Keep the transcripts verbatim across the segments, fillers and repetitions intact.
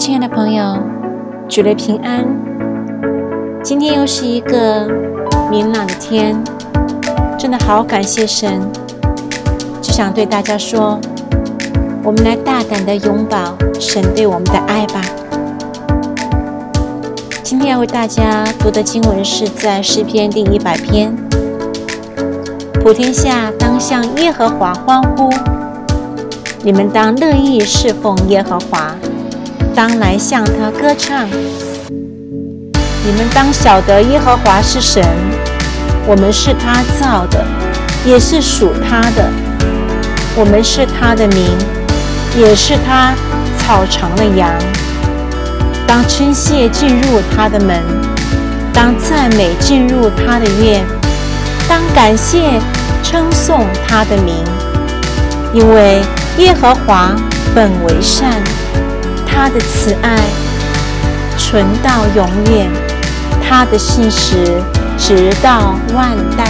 亲爱的朋友，主内平安。今天又是一个明朗的天，真的好感谢神。只想对大家说，我们来大胆的拥抱神对我们的爱吧。今天要为大家读的经文是在诗篇第一百篇。普天下当向耶和华欢呼，你们当乐意侍奉耶和华，当来向他歌唱。你们当晓得耶和华是神，我们是他造的，也是属他的。我们是他的民，也是他草场的羊。当称谢进入他的门，当赞美进入他的院，当感谢称颂他的名。因为耶和华本为善，他的慈爱存到永远，他的信实直到万代。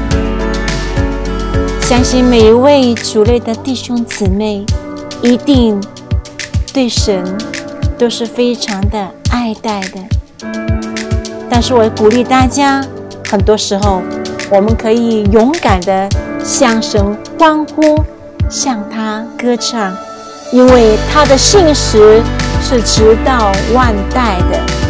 相信每一位主内的弟兄姊妹一定对神都是非常的爱戴的，但是我鼓励大家，很多时候我们可以勇敢的向神欢呼，向他歌唱，因为他的信实是直到万代的。